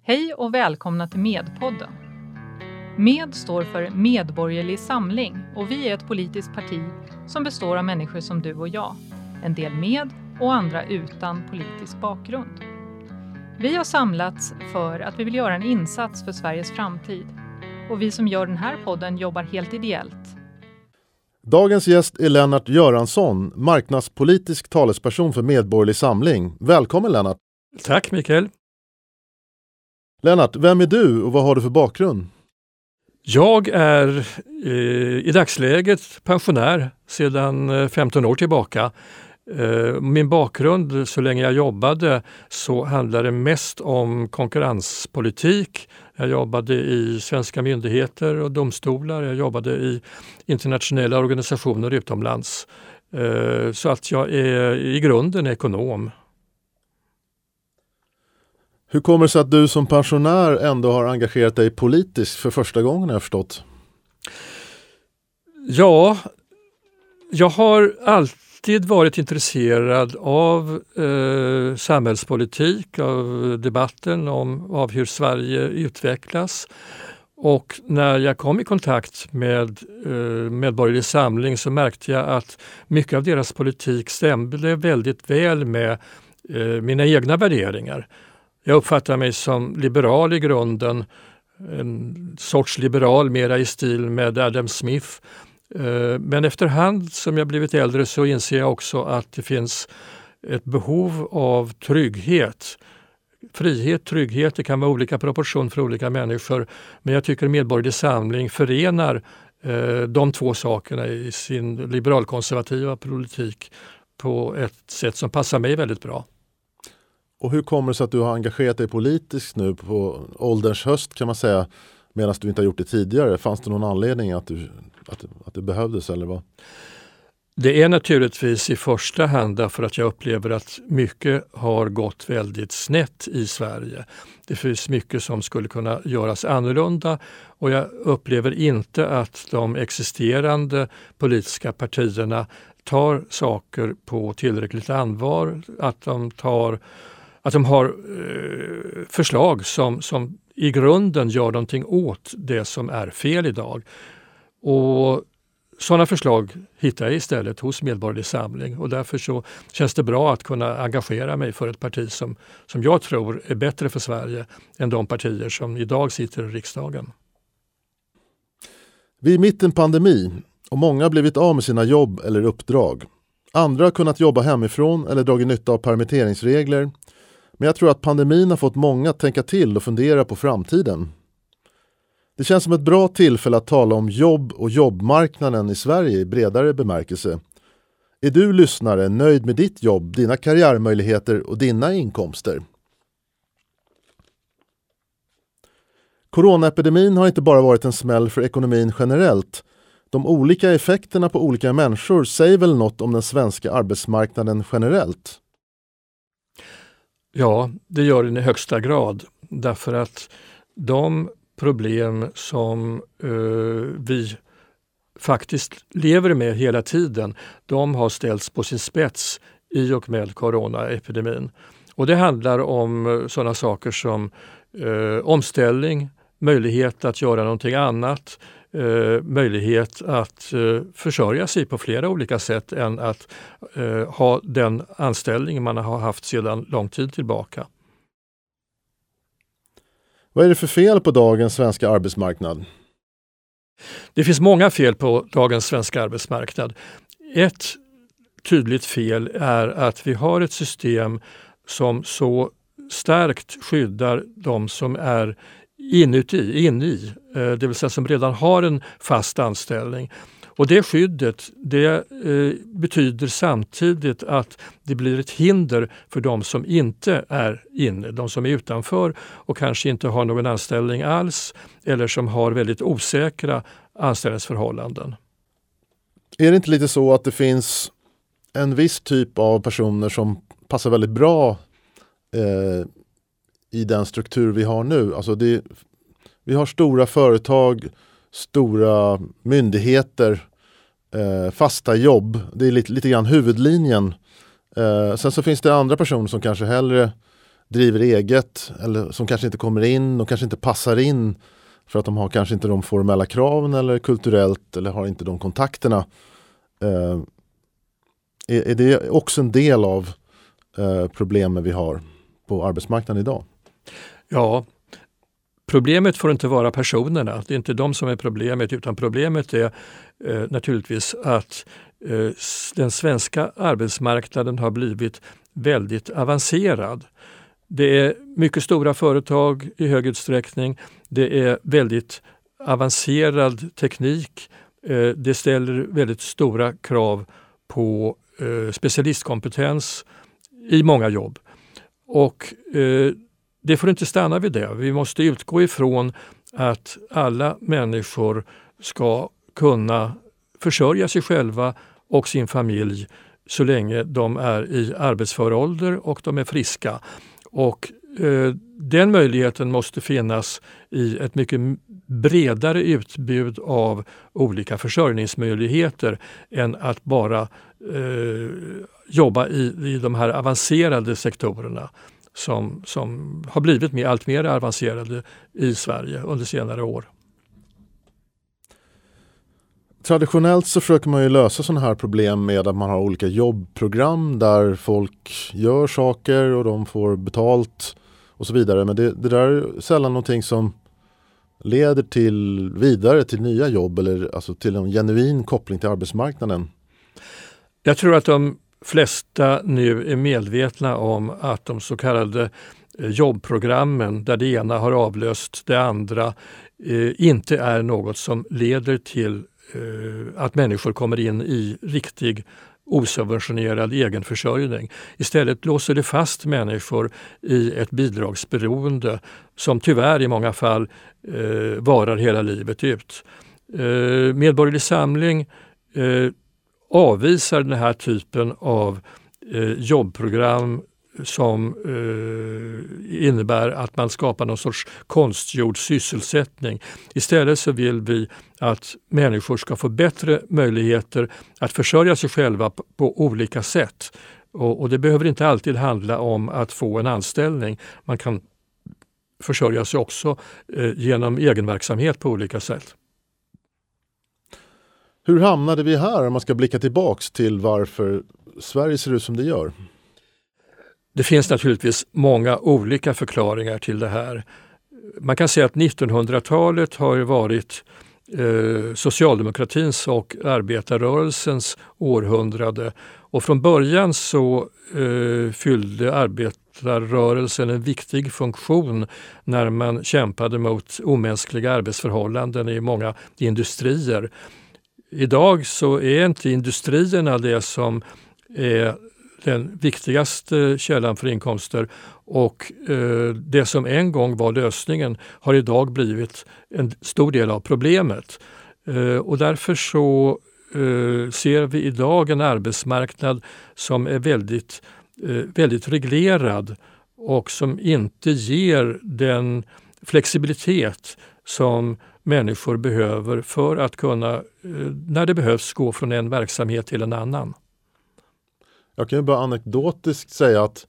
Hej och välkomna till Medpodden. Med står för Medborgerlig Samling och vi är ett politiskt parti som består av människor som du och jag. En del med och andra utan politisk bakgrund. Vi har samlats för att vi vill göra en insats för Sveriges framtid. Och vi som gör den här podden jobbar helt ideellt. Dagens gäst är Lennart Göransson, marknadspolitisk talesperson för Medborgerlig Samling. Välkommen Lennart! Tack Mikael! Lennart, vem är du och vad har du för bakgrund? Jag är i dagsläget pensionär sedan 15 år tillbaka. Min bakgrund så länge jag jobbade så handlade det mest om konkurrenspolitik. Jag jobbade i svenska myndigheter och domstolar. Jag jobbade i internationella organisationer utomlands. Så att jag är i grunden ekonom. Hur kommer det sig att du som pensionär ändå har engagerat dig politiskt för första gången, har jag förstått? Ja, jag har alltid varit intresserad av samhällspolitik, av debatten av hur Sverige utvecklas. Och när jag kom i kontakt med Medborgerlig Samling så märkte jag att mycket av deras politik stämde väldigt väl med mina egna värderingar. Jag uppfattar mig som liberal i grunden, en sorts liberal mera i stil med Adam Smith. Men efterhand som jag blivit äldre så inser jag också att det finns ett behov av trygghet. Frihet, trygghet, det kan vara olika proportion för olika människor. Men jag tycker Medborgerlig Samling förenar de två sakerna i sin liberalkonservativa politik på ett sätt som passar mig väldigt bra. Och hur kommer det sig att du har engagerat dig politiskt nu på ålderns höst kan man säga, medan du inte har gjort det tidigare? Fanns det någon anledning att det behövdes eller vad? Det är naturligtvis i första hand därför att jag upplever att mycket har gått väldigt snett i Sverige. Det finns mycket som skulle kunna göras annorlunda och jag upplever inte att de existerande politiska partierna tar saker på tillräckligt allvar, att de har förslag som i grunden gör någonting åt det som är fel idag. Och sådana förslag hittar jag istället hos Medborgerlig Samling och därför så känns det bra att kunna engagera mig för ett parti som jag tror är bättre för Sverige än de partier som idag sitter i riksdagen. Vi är mitt i en pandemi och många har blivit av med sina jobb eller uppdrag. Andra har kunnat jobba hemifrån eller dragit nytta av permitteringsregler. Men jag tror att pandemin har fått många att tänka till och fundera på framtiden. Det känns som ett bra tillfälle att tala om jobb och jobbmarknaden i Sverige i bredare bemärkelse. Är du lyssnare nöjd med ditt jobb, dina karriärmöjligheter och dina inkomster? Coronaepidemin har inte bara varit en smäll för ekonomin generellt. De olika effekterna på olika människor säger väl något om den svenska arbetsmarknaden generellt? Ja, det gör den i högsta grad. Därför att de problem som vi faktiskt lever med hela tiden, de har ställts på sin spets i och med coronaepidemin. Och det handlar om sådana saker som omställning, möjlighet att göra någonting annat, möjlighet att försörja sig på flera olika sätt än att ha den anställning man har haft sedan lång tid tillbaka. Vad är det för fel på dagens svenska arbetsmarknad? Det finns många fel på dagens svenska arbetsmarknad. Ett tydligt fel är att vi har ett system som så starkt skyddar de som är inne i, det vill säga som redan har en fast anställning. Och det skyddet betyder samtidigt att det blir ett hinder för de som inte är inne, de som är utanför och kanske inte har någon anställning alls eller som har väldigt osäkra anställningsförhållanden. Är det inte lite så att det finns en viss typ av personer som passar väldigt bra i den struktur vi har nu? Alltså vi har stora företag, stora myndigheter, fasta jobb. Det är lite grann huvudlinjen. Sen så finns det andra personer som kanske hellre driver eget eller som kanske inte kommer in och kanske inte passar in för att de har kanske inte de formella kraven eller kulturellt eller har inte de kontakterna. Är det också en del av problemen vi har på arbetsmarknaden idag? Ja, problemet får inte vara personerna. Det är inte de som är problemet, utan problemet är naturligtvis att den svenska arbetsmarknaden har blivit väldigt avancerad. Det är mycket stora företag i hög utsträckning. Det är väldigt avancerad teknik. Det ställer väldigt stora krav på specialistkompetens i många jobb. Och det får inte stanna vid det. Vi måste utgå ifrån att alla människor ska kunna försörja sig själva och sin familj så länge de är i arbetsför ålder och de är friska. Och den möjligheten måste finnas i ett mycket bredare utbud av olika försörjningsmöjligheter än att bara jobba i de här avancerade sektorerna som har blivit allt mer avancerade i Sverige under senare år. Traditionellt så försöker man ju lösa sådana här problem med att man har olika jobbprogram där folk gör saker och de får betalt och så vidare. Men det där är sällan någonting som leder vidare till nya jobb eller alltså till en genuin koppling till arbetsmarknaden. Jag tror att de flesta nu är medvetna om att de så kallade jobbprogrammen där det ena har avlöst det andra inte är något som leder till att människor kommer in i riktig osubventionerad egenförsörjning. Istället låser det fast människor i ett bidragsberoende som tyvärr i många fall varar hela livet ut. Medborgerlig Samling avvisar den här typen av jobbprogram som innebär att man skapar någon sorts konstgjord sysselsättning. Istället så vill vi att människor ska få bättre möjligheter att försörja sig själva på olika sätt. Och det behöver inte alltid handla om att få en anställning. Man kan försörja sig också genom egenverksamhet på olika sätt. Hur hamnade vi här om man ska blicka tillbaks till varför Sverige ser ut som det gör? Det finns naturligtvis många olika förklaringar till det här. Man kan säga att 1900-talet har ju varit socialdemokratins och arbetarrörelsens århundrade. Och från början så fyllde arbetarrörelsen en viktig funktion när man kämpade mot omänskliga arbetsförhållanden i många industrier. Idag så är inte industrierna det som är den viktigaste källan för inkomster och det som en gång var lösningen har idag blivit en stor del av problemet. Och därför så ser vi idag en arbetsmarknad som är väldigt reglerad och som inte ger den flexibilitet som människor behöver för att kunna, när det behövs, gå från en verksamhet till en annan. Jag kan ju bara anekdotiskt säga att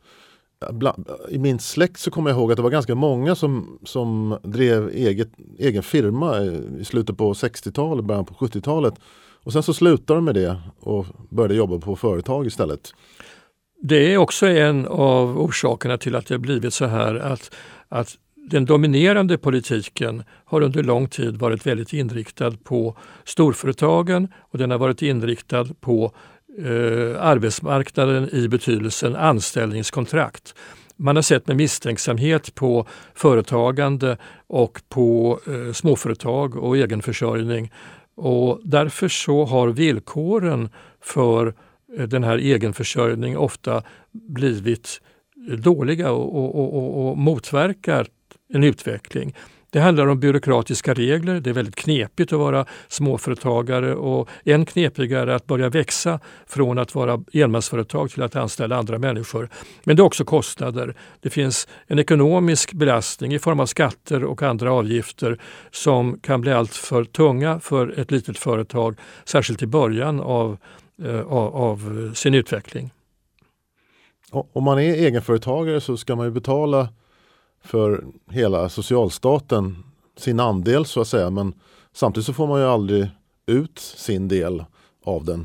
i min släkt så kommer jag ihåg att det var ganska många som drev egen firma i slutet på 60-talet, början på 70-talet. Och sen så slutade de med det och började jobba på företag istället. Det är också en av orsakerna till att det har blivit så här att den dominerande politiken har under lång tid varit väldigt inriktad på storföretagen och den har varit inriktad på arbetsmarknaden i betydelsen anställningskontrakt. Man har sett med misstänksamhet på företagande och på småföretag och egenförsörjning. Och därför så har villkoren för den här egenförsörjning ofta blivit dåliga och motverkar en utveckling. Det handlar om byråkratiska regler. Det är väldigt knepigt att vara småföretagare och än knepigare att börja växa från att vara enmansföretag till att anställa andra människor. Men det är också kostnader. Det finns en ekonomisk belastning i form av skatter och andra avgifter som kan bli allt för tunga för ett litet företag, särskilt i början av sin utveckling. Om man är egenföretagare så ska man ju betala för hela socialstaten sin andel så att säga, men samtidigt så får man ju aldrig ut sin del av den.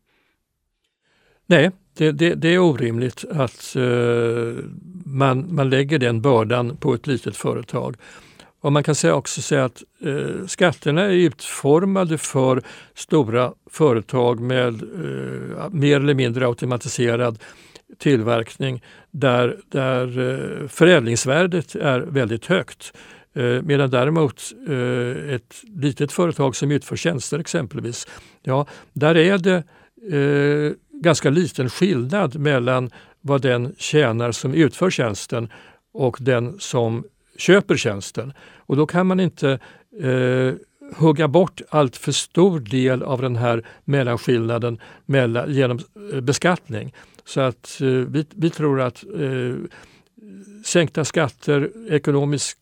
Nej, det är orimligt att man lägger den bördan på ett litet företag. Och man kan också säga att skatterna är utformade för stora företag med mer eller mindre automatiserad tillverkning där förädlingsvärdet är väldigt högt. Medan däremot ett litet företag som utför tjänster exempelvis, ja, där är det ganska liten skillnad mellan vad den tjänar som utför tjänsten och den som köper tjänsten. Och då kan man inte hugga bort allt för stor del av den här mellanskillnaden genom beskattning. Så att vi tror att sänkta skatter, ekonomiskt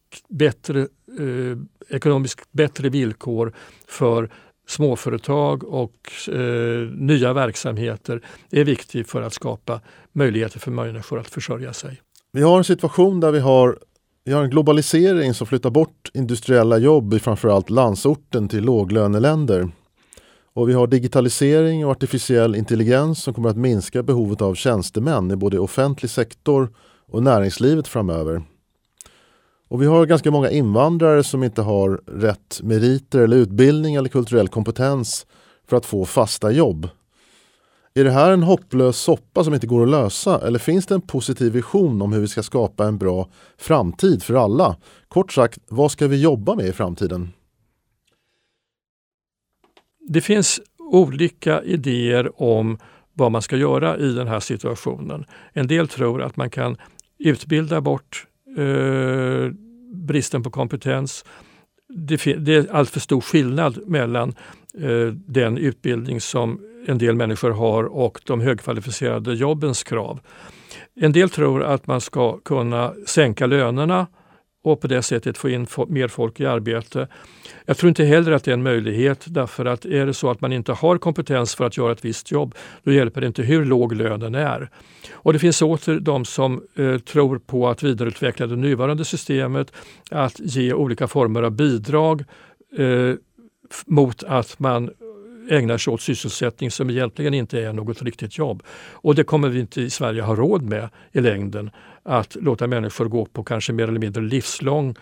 bättre villkor för småföretag och nya verksamheter är viktigt för att skapa möjligheter för människor att försörja sig. Vi har en situation där vi har en globalisering som flyttar bort industriella jobb i framförallt landsorten till låglöneländer. Och vi har digitalisering och artificiell intelligens som kommer att minska behovet av tjänstemän i både offentlig sektor och näringslivet framöver. Och vi har ganska många invandrare som inte har rätt meriter eller utbildning eller kulturell kompetens för att få fasta jobb. Är det här en hopplös soppa som inte går att lösa, eller finns det en positiv vision om hur vi ska skapa en bra framtid för alla? Kort sagt, vad ska vi jobba med i framtiden? Det finns olika idéer om vad man ska göra i den här situationen. En del tror att man kan utbilda bort bristen på kompetens. Det är allt för stor skillnad mellan den utbildning som en del människor har och de högkvalificerade jobbens krav. En del tror att man ska kunna sänka lönerna och på det sättet få in mer folk i arbete. Jag tror inte heller att det är en möjlighet, därför att är det så att man inte har kompetens för att göra ett visst jobb, då hjälper det inte hur låg lönen är. Och det finns åter de som tror på att vidareutveckla det nuvarande systemet, att ge olika former av bidrag mot att man ägnar sig åt sysselsättning som egentligen inte är något riktigt jobb. Och det kommer vi inte i Sverige ha råd med i längden, att låta människor gå på kanske mer eller mindre livslångt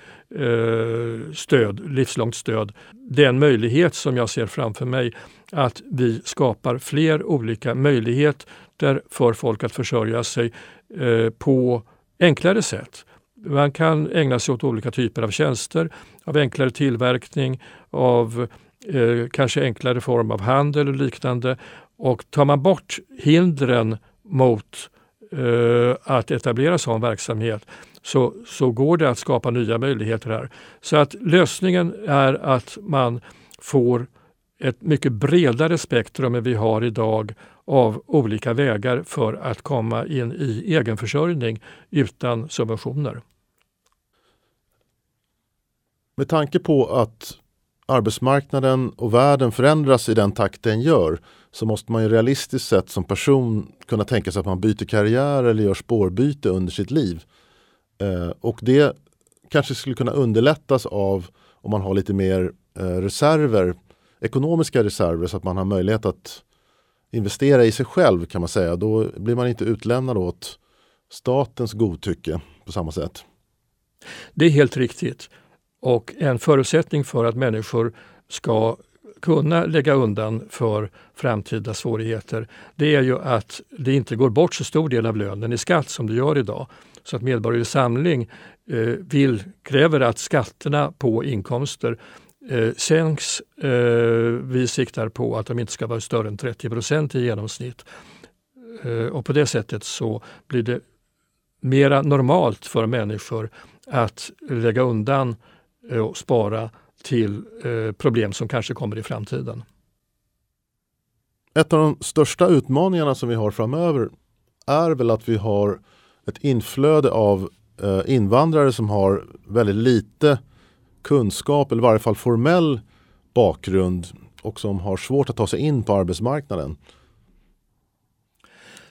stöd. Det är en möjlighet som jag ser framför mig, att vi skapar fler olika möjligheter för folk att försörja sig på enklare sätt. Man kan ägna sig åt olika typer av tjänster, av enklare tillverkning, av kanske enklare form av handel och liknande. Och tar man bort hindren mot att etablera sån verksamhet, så går det att skapa nya möjligheter här. Så att lösningen är att man får ett mycket bredare spektrum än vi har idag av olika vägar för att komma in i egenförsörjning utan subventioner. Med tanke på att arbetsmarknaden och världen förändras i den takt den gör, så måste man ju realistiskt sett som person kunna tänka sig att man byter karriär eller gör spårbyte under sitt liv. Och det kanske skulle kunna underlättas av om man har lite mer reserver, ekonomiska reserver, så att man har möjlighet att investera i sig själv, kan man säga. Då blir man inte utlämnad åt statens godtycke på samma sätt. Det är helt riktigt. Och en förutsättning för att människor ska kunna lägga undan för framtida svårigheter, det är ju att det inte går bort så stor del av lönen i skatt som det gör idag. Så att Medborgerlig Samling kräver att skatterna på inkomster sänks. Vi siktar på att de inte ska vara större än 30% i genomsnitt. Och på det sättet så blir det mera normalt för människor att lägga undan och spara till problem som kanske kommer i framtiden. Ett av de största utmaningarna som vi har framöver är väl att vi har ett inflöde av invandrare som har väldigt lite kunskap, eller i varje fall formell bakgrund, och som har svårt att ta sig in på arbetsmarknaden.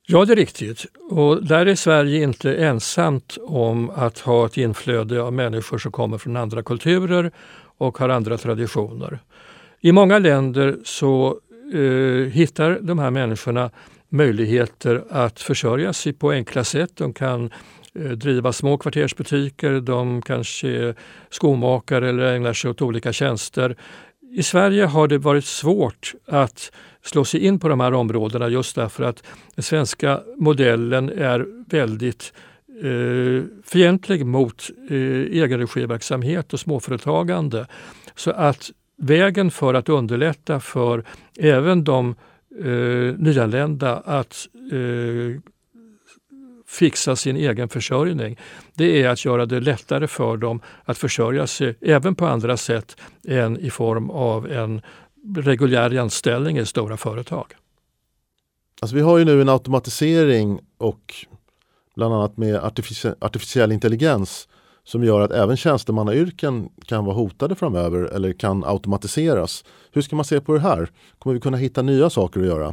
Ja, det är riktigt. Och där är Sverige inte ensamt om att ha ett inflöde av människor som kommer från andra kulturer och har andra traditioner. I många länder så hittar de här människorna möjligheter att försörja sig på enkla sätt. De kan driva små kvartersbutiker, de kanske är skomakare eller ägnar sig åt olika tjänster. I Sverige har det varit svårt att slå sig in på de här områdena just därför att den svenska modellen är väldigt fientlig mot egenregiverksamhet och småföretagande. Så att vägen för att underlätta för även de nyanlända att fixa sin egen försörjning, det är att göra det lättare för dem att försörja sig även på andra sätt än i form av en reguljär anställning i stora företag. Alltså vi har ju nu en automatisering och bland annat med artificiell intelligens som gör att även tjänstemannayrken kan vara hotade framöver eller kan automatiseras. Hur ska man se på det här? Kommer vi kunna hitta nya saker att göra?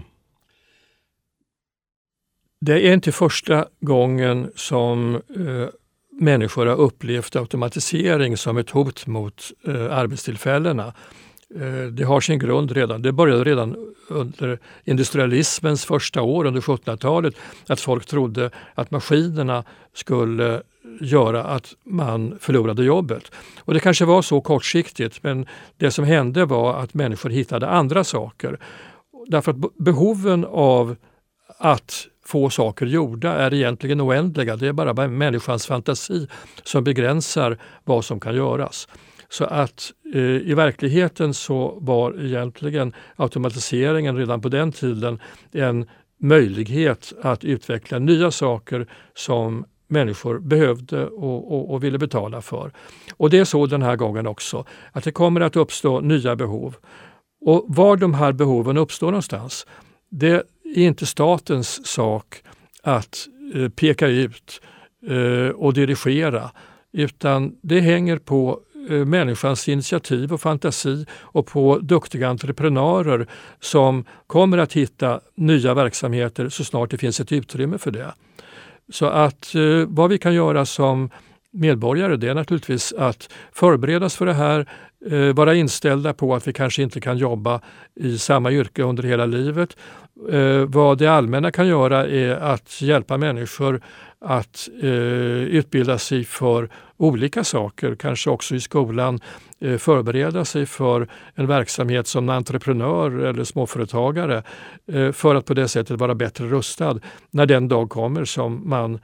Det är inte första gången som människor har upplevt automatisering som ett hot mot arbetstillfällena. Det har sin grund redan. Det började redan under industrialismens första år under 1700-talet att folk trodde att maskinerna skulle göra att man förlorade jobbet. Och det kanske var så kortsiktigt, men det som hände var att människor hittade andra saker. Därför att behoven av att få saker gjorda är egentligen oändliga. Det är bara människans fantasi som begränsar vad som kan göras. Så att i verkligheten så var egentligen automatiseringen redan på den tiden en möjlighet att utveckla nya saker som människor behövde och ville betala för. Och det är så den här gången också, att det kommer att uppstå nya behov. Och var de här behoven uppstår någonstans, det är inte statens sak att peka ut och dirigera, utan det hänger på människans initiativ och fantasi och på duktiga entreprenörer som kommer att hitta nya verksamheter så snart det finns ett utrymme för det. Så att vad vi kan göra som medborgare, det är naturligtvis att förberedas för det här, vara inställda på att vi kanske inte kan jobba i samma yrke under hela livet. Vad det allmänna kan göra är att hjälpa människor att utbilda sig för olika saker, kanske också i skolan förbereda sig för en verksamhet som entreprenör eller småföretagare för att på det sättet vara bättre rustad när den dag kommer som man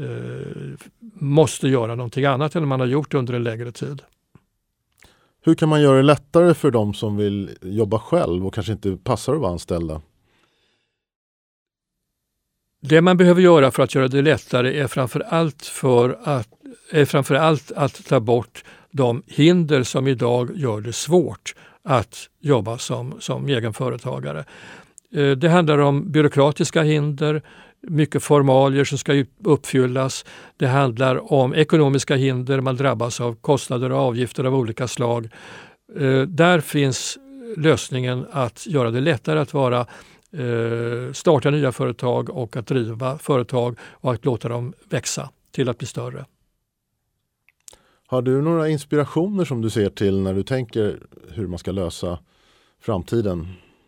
måste göra någonting annat än man har gjort under en längre tid. Hur kan man göra det lättare för de som vill jobba själv och kanske inte passar att vara anställda? Det man behöver göra för att göra det lättare är framför allt att ta bort de hinder som idag gör det svårt att jobba som egenföretagare. Det handlar om byråkratiska hinder, mycket formalier som ska uppfyllas. Det handlar om ekonomiska hinder, man drabbas av kostnader och avgifter av olika slag. Där finns lösningen att göra det lättare att starta nya företag och att driva företag och att låta dem växa till att bli större. Har du några inspirationer som du ser till när du tänker hur man ska lösa framtiden?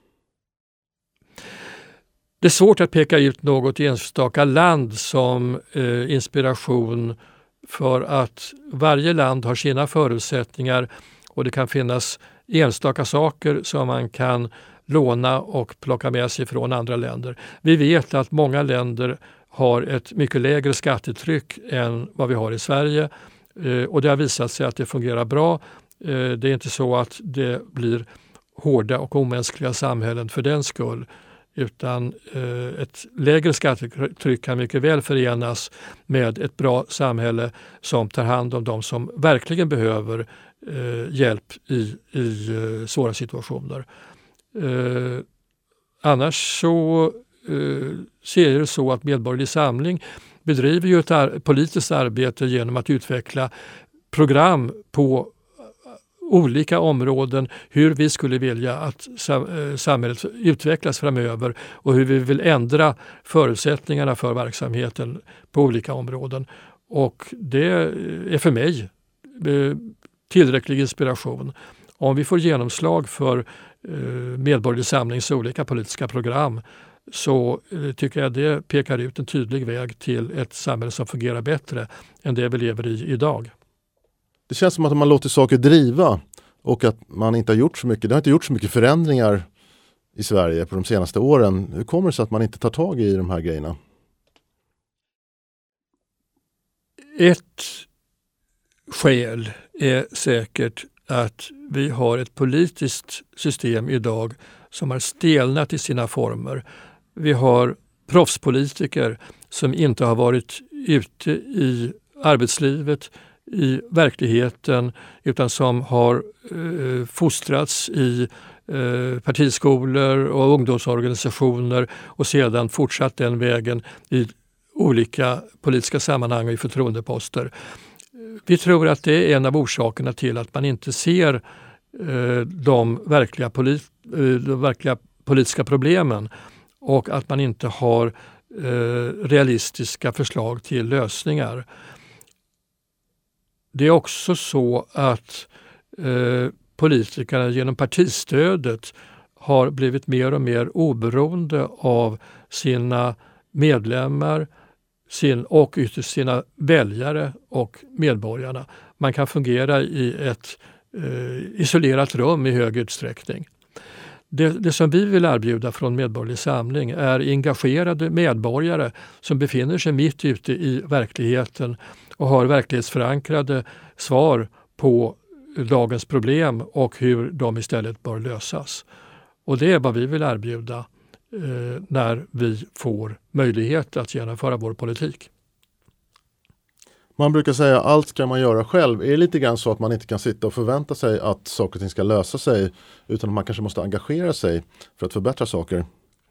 Det är svårt att peka ut något enstaka land som inspiration för att varje land har sina förutsättningar och det kan finnas enstaka saker som man kan låna och plocka med sig från andra länder. Vi vet att många länder har ett mycket lägre skattetryck än vad vi har i Sverige och det har visat sig att det fungerar bra. Det är inte så att det blir hårda och omänskliga samhällen för den skull, utan ett lägre skattetryck kan mycket väl förenas med ett bra samhälle som tar hand om de som verkligen behöver hjälp i svåra situationer. Annars så ser det så att Medborgerlig Samling bedriver ju ett politiskt arbete genom att utveckla program på olika områden, hur vi skulle vilja att samhället utvecklas framöver och hur vi vill ändra förutsättningarna för verksamheten på olika områden. Och det är för mig tillräcklig inspiration. Om vi får genomslag för Medborgerlig Samlings olika politiska program, så tycker jag det pekar ut en tydlig väg till ett samhälle som fungerar bättre än det vi lever i idag. Det känns som att man låter saker driva och att man inte har gjort så mycket. Det har inte gjort så mycket förändringar i Sverige på de senaste åren. Hur kommer det sig att man inte tar tag i de här grejerna? Ett skäl är säkert att vi har ett politiskt system idag som har stelnat i sina former. Vi har proffspolitiker som inte har varit ute i arbetslivet, i verkligheten, utan som har fostrats i partiskolor och ungdomsorganisationer och sedan fortsatt den vägen i olika politiska sammanhang och i förtroendeposter. Vi tror att det är en av orsakerna till att man inte ser de verkliga politiska problemen och att man inte har realistiska förslag till lösningar. Det är också så att politikerna genom partistödet har blivit mer och mer oberoende av sina medlemmar och ytterst sina väljare och medborgarna. Man kan fungera i ett isolerat rum i hög utsträckning. Det som vi vill erbjuda från Medborgerlig Samling är engagerade medborgare som befinner sig mitt ute i verkligheten och har verklighetsförankrade svar på dagens problem och hur de istället bör lösas. Och det är vad vi vill erbjuda när vi får möjlighet att genomföra vår politik. Man brukar säga att allt ska man göra själv. Är det lite grann så att man inte kan sitta och förvänta sig att saker och ting ska lösa sig, utan att man kanske måste engagera sig för att förbättra saker?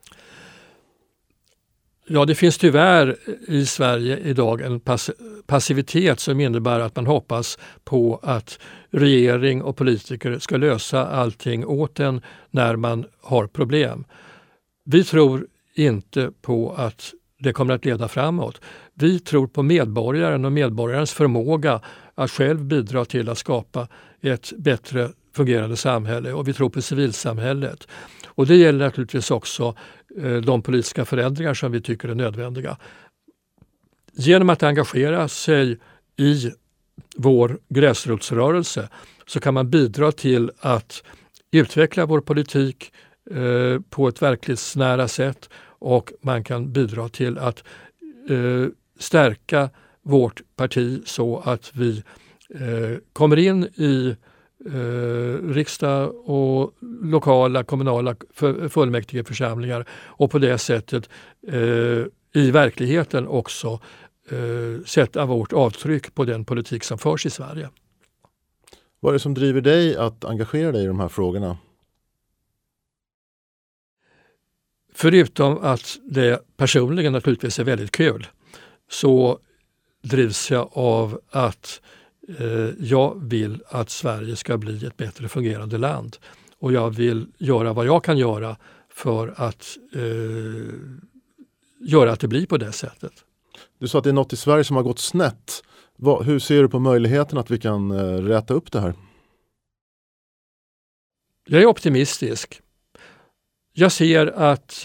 Ja, det finns tyvärr i Sverige idag en passivitet som innebär att man hoppas på att regering och politiker ska lösa allting åt en när man har problem. Vi tror inte på att det kommer att leda framåt. Vi tror på medborgaren och medborgarens förmåga att själv bidra till att skapa ett bättre fungerande samhälle, och vi tror på civilsamhället. Och det gäller naturligtvis också de politiska förändringar som vi tycker är nödvändiga. Genom att engagera sig i vår gräsrotsrörelse så kan man bidra till att utveckla vår politik på ett verklighetsnära sätt, och man kan bidra till att stärka vårt parti så att vi kommer in i riksdag och lokala, kommunala fullmäktigeförsamlingar och på det sättet i verkligheten också sätta vårt avtryck på den politik som förs i Sverige. Vad är det som driver dig att engagera dig i de här frågorna? Förutom att det personligen naturligtvis är väldigt kul, så drivs jag av att jag vill att Sverige ska bli ett bättre fungerande land. Och jag vill göra vad jag kan göra för att göra att det blir på det sättet. Du sa att det är något i Sverige som har gått snett. Hur ser du på möjligheten att vi kan räta upp det här? Jag är optimistisk. Jag ser att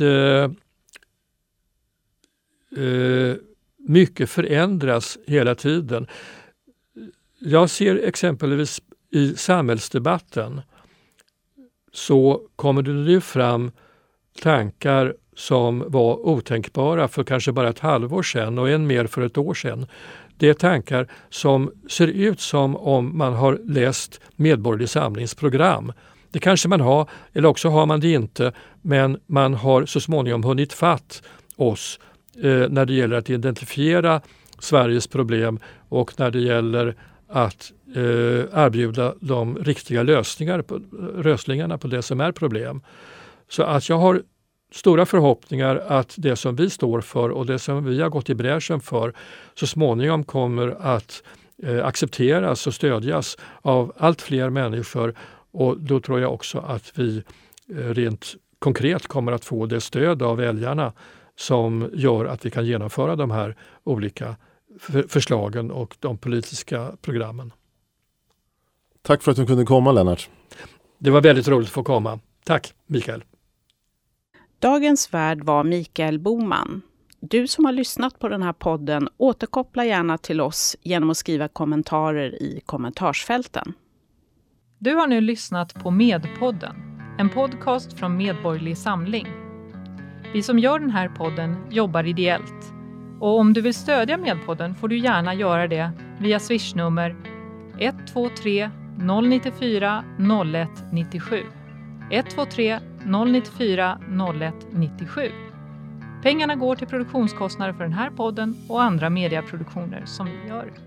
mycket förändras hela tiden. Jag ser exempelvis i samhällsdebatten så kommer det nu fram tankar som var otänkbara för kanske bara ett halvår sedan och än mer för ett år sedan. Det är tankar som ser ut som om man har läst Medborgerlig Samlings program. Det kanske man har, eller också har man det inte, men man har så småningom hunnit fatt oss när det gäller att identifiera Sveriges problem och när det gäller att erbjuda de riktiga lösningarna på det som är problem. Så att jag har stora förhoppningar att det som vi står för och det som vi har gått i bräschen för så småningom kommer att accepteras och stödjas av allt fler människor, och då tror jag också att vi rent konkret kommer att få det stöd av väljarna som gör att vi kan genomföra de här olika förslagen och de politiska programmen. Tack för att du kunde komma, Lennart. Det var väldigt roligt att få komma. Tack, Mikael. Dagens värd var Mikael Boman. Du som har lyssnat på den här podden, återkoppla gärna till oss genom att skriva kommentarer i kommentarsfälten. Du har nu lyssnat på Medpodden, en podcast från Medborgerlig Samling. Vi som gör den här podden jobbar ideellt. Och om du vill stödja Medpodden får du gärna göra det via Swish-nummer 123 094 0197. 123 094 0197. Pengarna går till produktionskostnader för den här podden och andra mediaproduktioner som vi gör.